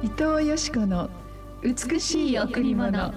伊藤よし子の美しい贈り物。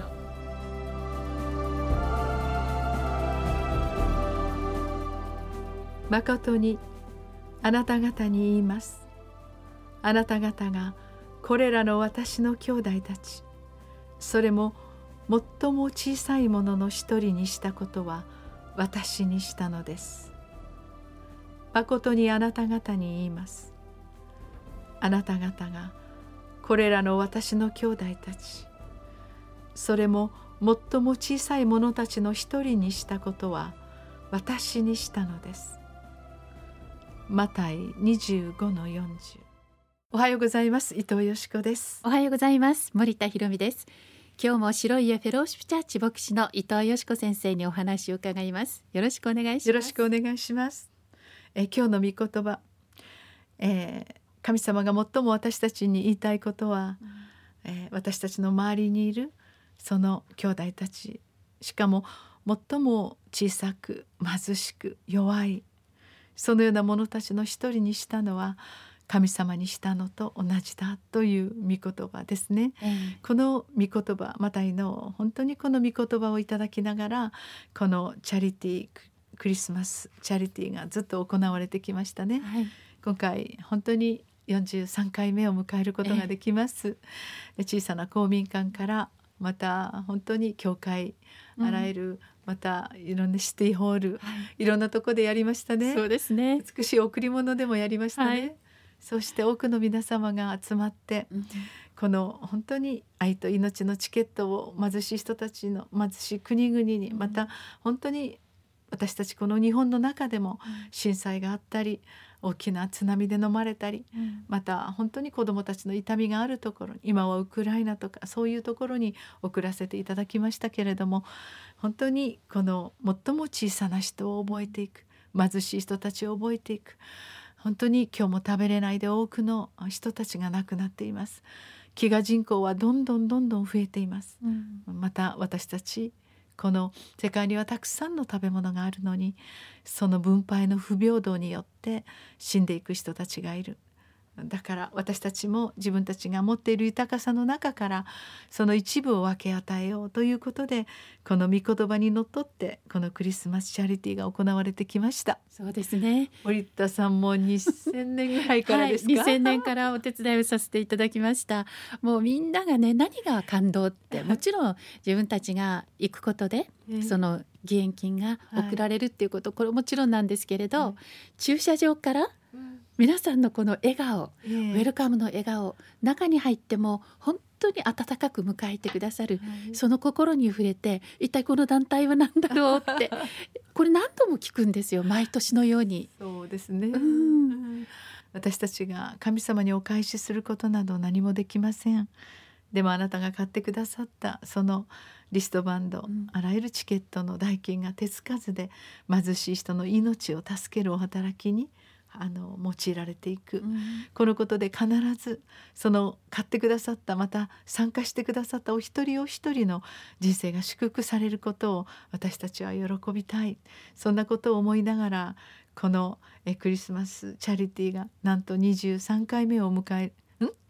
誠にあなた方に言います。あなた方がこれらの私の兄弟たち、それも最も小さいものの一人にしたことは私にしたのです。誠にあなた方に言います。あなた方がこれらの私の兄弟たち、それも最も小さい者たちの一人にしたことは私にしたのです。マタイ 25-40。 おはようございます。伊藤よし子です。 おはようございます。森田博美です。今日も白い家フェローシップチャーチ牧師の伊藤よし子先生にお話を伺います。よろしくお願いします。 よろしくお願いします。今日の御言葉、神様が最も私たちに言いたいことは、私たちの周りにいるその兄弟たち、しかも最も小さく貧しく弱いそのような者たちの一人にしたのは神様にしたのと同じだという御言葉ですね。この御言葉、マタイの本当にこの御言葉をいただきながら、このチャリティー、クリスマスチャリティーがずっと行われてきましたね。今回本当に43回目を迎えることができます。小さな公民館からまた本当に教会、あらゆる、またいろんなシティホール、いろんなとこでやりましたね。 そうですね。 美しい贈り物でもやりましたね。そして多くの皆様が集まって、この本当に愛と命のチケットを貧しい人たちの貧しい国々に、また本当に私たちこの日本の中でも震災があったり、大きな津波で飲まれたり、また本当に子どもたちの痛みがあるところに、今はウクライナとかそういうところに送らせていただきましたけれども、本当にこの最も小さな人を覚えていく、貧しい人たちを覚えていく。本当に今日も食べれないで多くの人たちが亡くなっています。飢餓人口はどんどん増えています。また私たちこの世界にはたくさんの食べ物があるのに、その分配の不平等によって死んでいく人たちがいる。だから私たちも自分たちが持っている豊かさの中からその一部を分け与えようということで、この御言葉にのっとってこのクリスマスチャリティーが行われてきました。 そうですね。 森田さんも2000年ぐらいからですか？ 2000年からお手伝いをさせていただきました。もうみんながね、何が感動って、もちろん自分たちが行くことでその義援金が送られるっていうこと、これもちろんなんですけれど、駐車場から皆さんのこの笑顔、ウェルカムの笑顔、中に入っても本当に温かく迎えてくださる、その心に触れて、一体この団体は何だろうってこれ何度も聞くんですよ、毎年のように。 そうですね。私たちが神様にお返しすることなど何もできません。でもあなたが買ってくださったそのリストバンド、あらゆるチケットの代金が手つかずで貧しい人の命を助けるお働きに用いられていく、このことで必ずその買ってくださった、また参加してくださったお一人お一人の人生が祝福されることを私たちは喜びたい。そんなことを思いながら、このクリスマスチャリティーがなんと23回目を迎え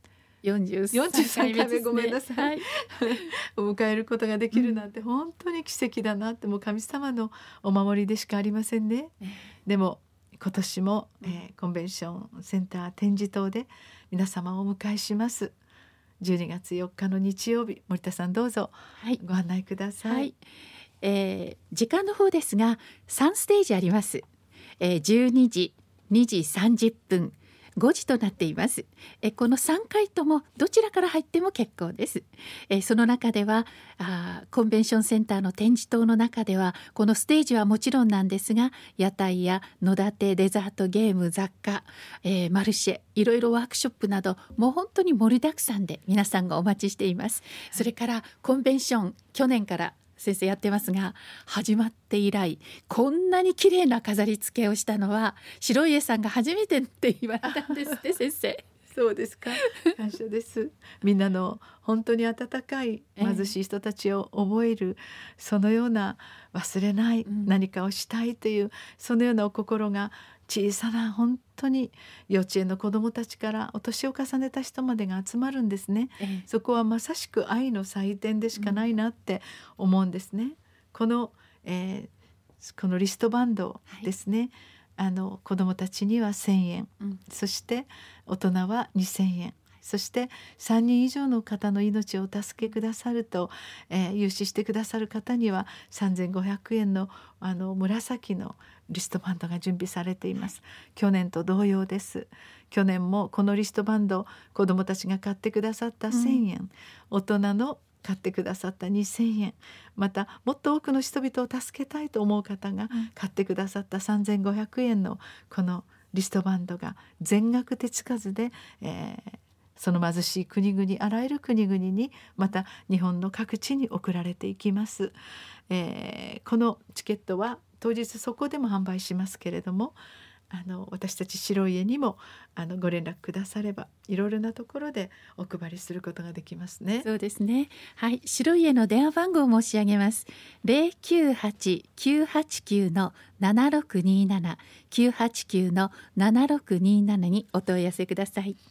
43回目、 ごめんなさい、を迎えることができるなんて本当に奇跡だなって、もう神様のお守りでしかありませんね。でも今年も、コンベンションセンター展示棟で皆様をお迎えします。12月4日の日曜日、森田さんどうぞご案内ください。 時間の方ですが3ステージあります。12時、2時30分、5時となっています。この3回ともどちらから入っても結構です。その中ではコンベンションセンターの展示棟の中では、このステージはもちろんなんですが、屋台や野立て、デザート、ゲーム、雑貨、マルシェ、いろいろワークショップなど、もう本当に盛りだくさんで皆さんがお待ちしています。それからコンベンション、去年から先生やってますが、始まって以来こんなに綺麗な飾り付けをしたのは白家さんが初めてって言われたんですって先生。 そうですか、感謝です。みんなの本当に温かい貧しい人たちを覚える、そのような忘れない何かをしたいという、そのようなお心が小さな本当に幼稚園の子どもたちからお年を重ねた人までが集まるんですね。そこはまさしく愛の祭典でしかないなって思うんですね。このリストバンドですね、子どもたちには1,000円、そして大人は2,000円、そして3人以上の方の命をお助けくださると、融資してくださる方には3,500円の紫のリストバンドが準備されています。去年と同様です。去年もこのリストバンド、子どもたちが買ってくださった1,000円、大人の買ってくださった2,000円、またもっと多くの人々を助けたいと思う方が買ってくださった3,500円のこのリストバンドが全額手つかずで、その貧しい国々、あらゆる国々に、また日本の各地に送られていきます。このチケットは当日そこでも販売しますけれども、私たち白い家にもご連絡くだされば、いろいろなところでお配りすることができますね。 そうですね。はい、白い家の電話番号を申し上げます。098-989-7627 989-7627にお問い合わせください。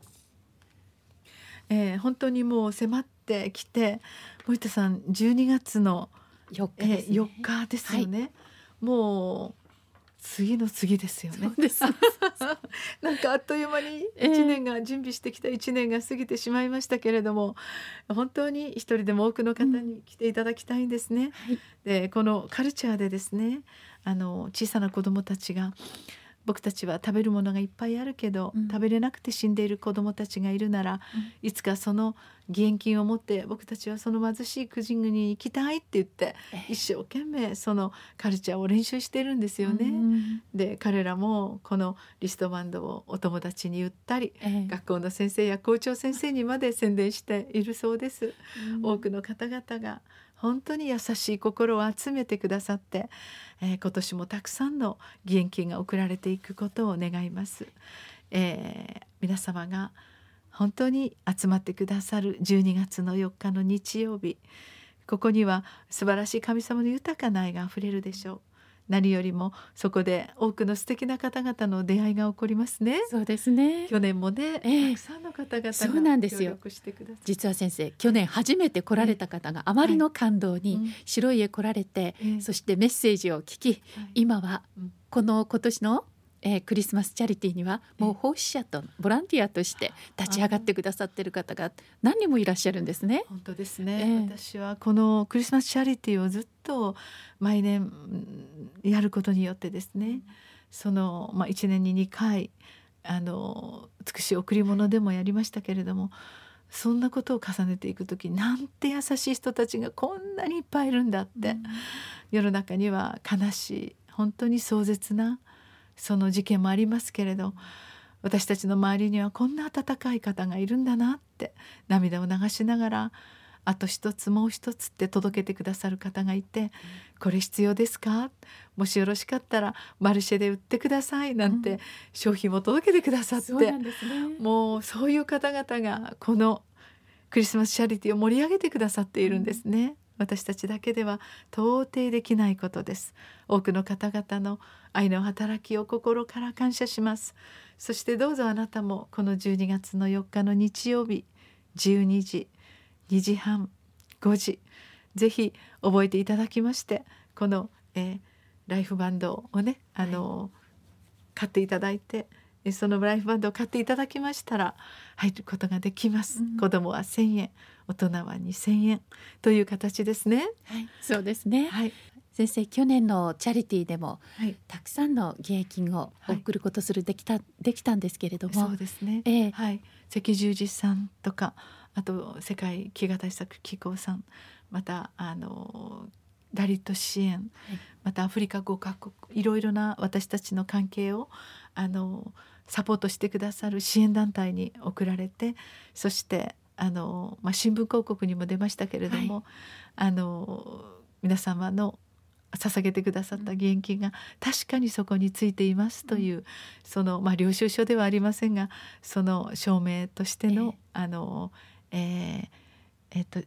本当にもう迫ってきて、森田さん12月の 4日ですね。 4日ですよね、はい、もう次の次ですよね。 そうですなんかあっという間に1年が、準備してきた1年が過ぎてしまいましたけれども、本当に一人でも多くの方に来ていただきたいんですね、 はい、 でこのカルチャーでですね、小さな子どもたちが、僕たちは食べるものがいっぱいあるけど、食べれなくて死んでいる子どもたちがいるなら、いつかその義援金を持って僕たちはその貧しい国々に行きたいって言って、一生懸命そのカルチャーを練習してるんですよね、で彼らもこのリストバンドをお友達に売ったり、学校の先生や校長先生にまで宣伝しているそうです、多くの方々が本当に優しい心を集めてくださって、今年もたくさんの義援金が送られていくことを願います。皆様が本当に集まってくださる12月の4日の日曜日、ここには素晴らしい神様の豊かな愛があふれるでしょう。何よりもそこで多くの素敵な方々の出会いが起こりますね。 そうですね。 去年もね、たくさんの方々 そうなんがですよ。 協力してください。 実は先生、去年初めて来られた方があまりの感動に白い家来られて、そしてメッセージを聞き、今は今年のクリスマスチャリティーにはもう奉仕者とボランティアとして立ち上がってくださっている方が何人もいらっしゃるんですね。 本当ですね、私はこのクリスマスチャリティーをずっと毎年やることによってですね、その、1年に2回美しい贈り物でもやりましたけれども、そんなことを重ねていくとき、なんて優しい人たちがこんなにいっぱいいるんだって、世の中には悲しい、本当に壮絶なその事件もありますけれど、私たちの周りにはこんな温かい方がいるんだなって涙を流しながら、あと一つもう一つって届けてくださる方がいて、これ必要ですか、もしよろしかったらマルシェで売ってくださいなんて商品も届けてくださって、 そうなんですね。 もうそういう方々がこのクリスマスチャリティーを盛り上げてくださっているんですね。私たちだけでは到底できないことです。多くの方々の愛の働きを心から感謝します。そしてどうぞあなたもこの12月の4日の日曜日、12時、2時半、5時、ぜひ覚えていただきまして、この、ライフバンドをね、買っていただいて、そのライフバンドを買っていただきましたら入ることができます、子供は1,000円、大人は2,000円という形ですね。 はい、そうですね、 はい、 先生、去年のチャリティーでも、たくさんの義援金を送ることできたんですけれども、 そうですね、赤十字さんとか、あと世界飢餓対策機構さん、またダリット支援、またアフリカ5カ国、いろいろな私たちの関係をサポートしてくださる支援団体に送られて、そして新聞広告にも出ましたけれども、皆様の捧げてくださった義援金が確かにそこについていますという、その、領収書ではありませんが、その証明としての、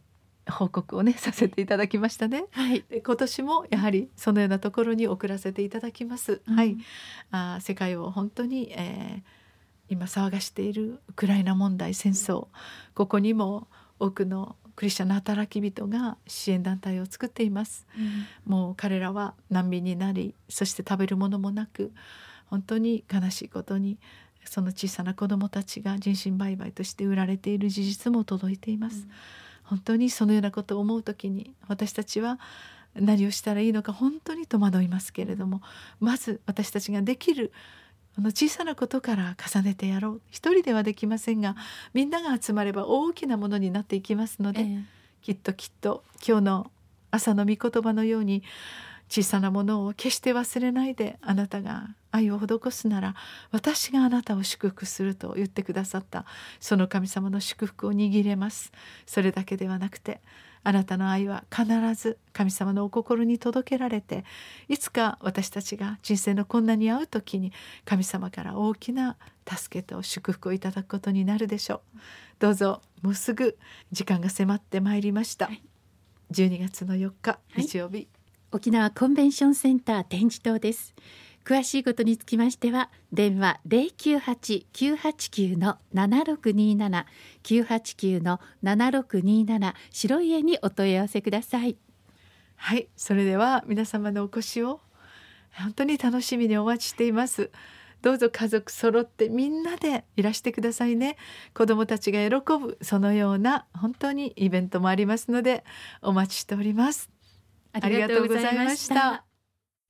報告をねさせていただきましたね。 はい、 で今年もやはりそのようなところに送らせていただきます。はい、世界を本当に、今騒がしているウクライナ問題、戦争、ここにも多くのクリスチャンの働き人が支援団体を作っています。もう彼らは難民になり、そして食べるものもなく、本当に悲しいことにその小さな子どもたちが人身売買として売られている事実も届いています。本当にそのようなことを思うときに私たちは何をしたらいいのか本当に戸惑いますけれども、まず私たちができる小さなことから重ねてやろう。一人ではできませんが、みんなが集まれば大きなものになっていきますので、きっと今日の朝の御言葉のように小さなものを決して忘れないで、あなたが愛を施すなら私があなたを祝福すると言ってくださったその神様の祝福を握れます。それだけではなくて、あなたの愛は必ず神様のお心に届けられて、いつか私たちが人生の困難に遭う時に神様から大きな助けと祝福をいただくことになるでしょう。どうぞ、もうすぐ時間が迫ってまいりました。12月の4日日曜日、 沖縄コンベンションセンター展示棟です。詳しいことにつきましては電話 098-989-7627 989-7627 白い家にお問い合わせください。 はい、それでは皆様のお越しを本当に楽しみにお待ちしています。どうぞ家族揃ってみんなでいらしてくださいね。子どもたちが喜ぶそのような本当にイベントもありますのでお待ちしております。 ありがとうございました。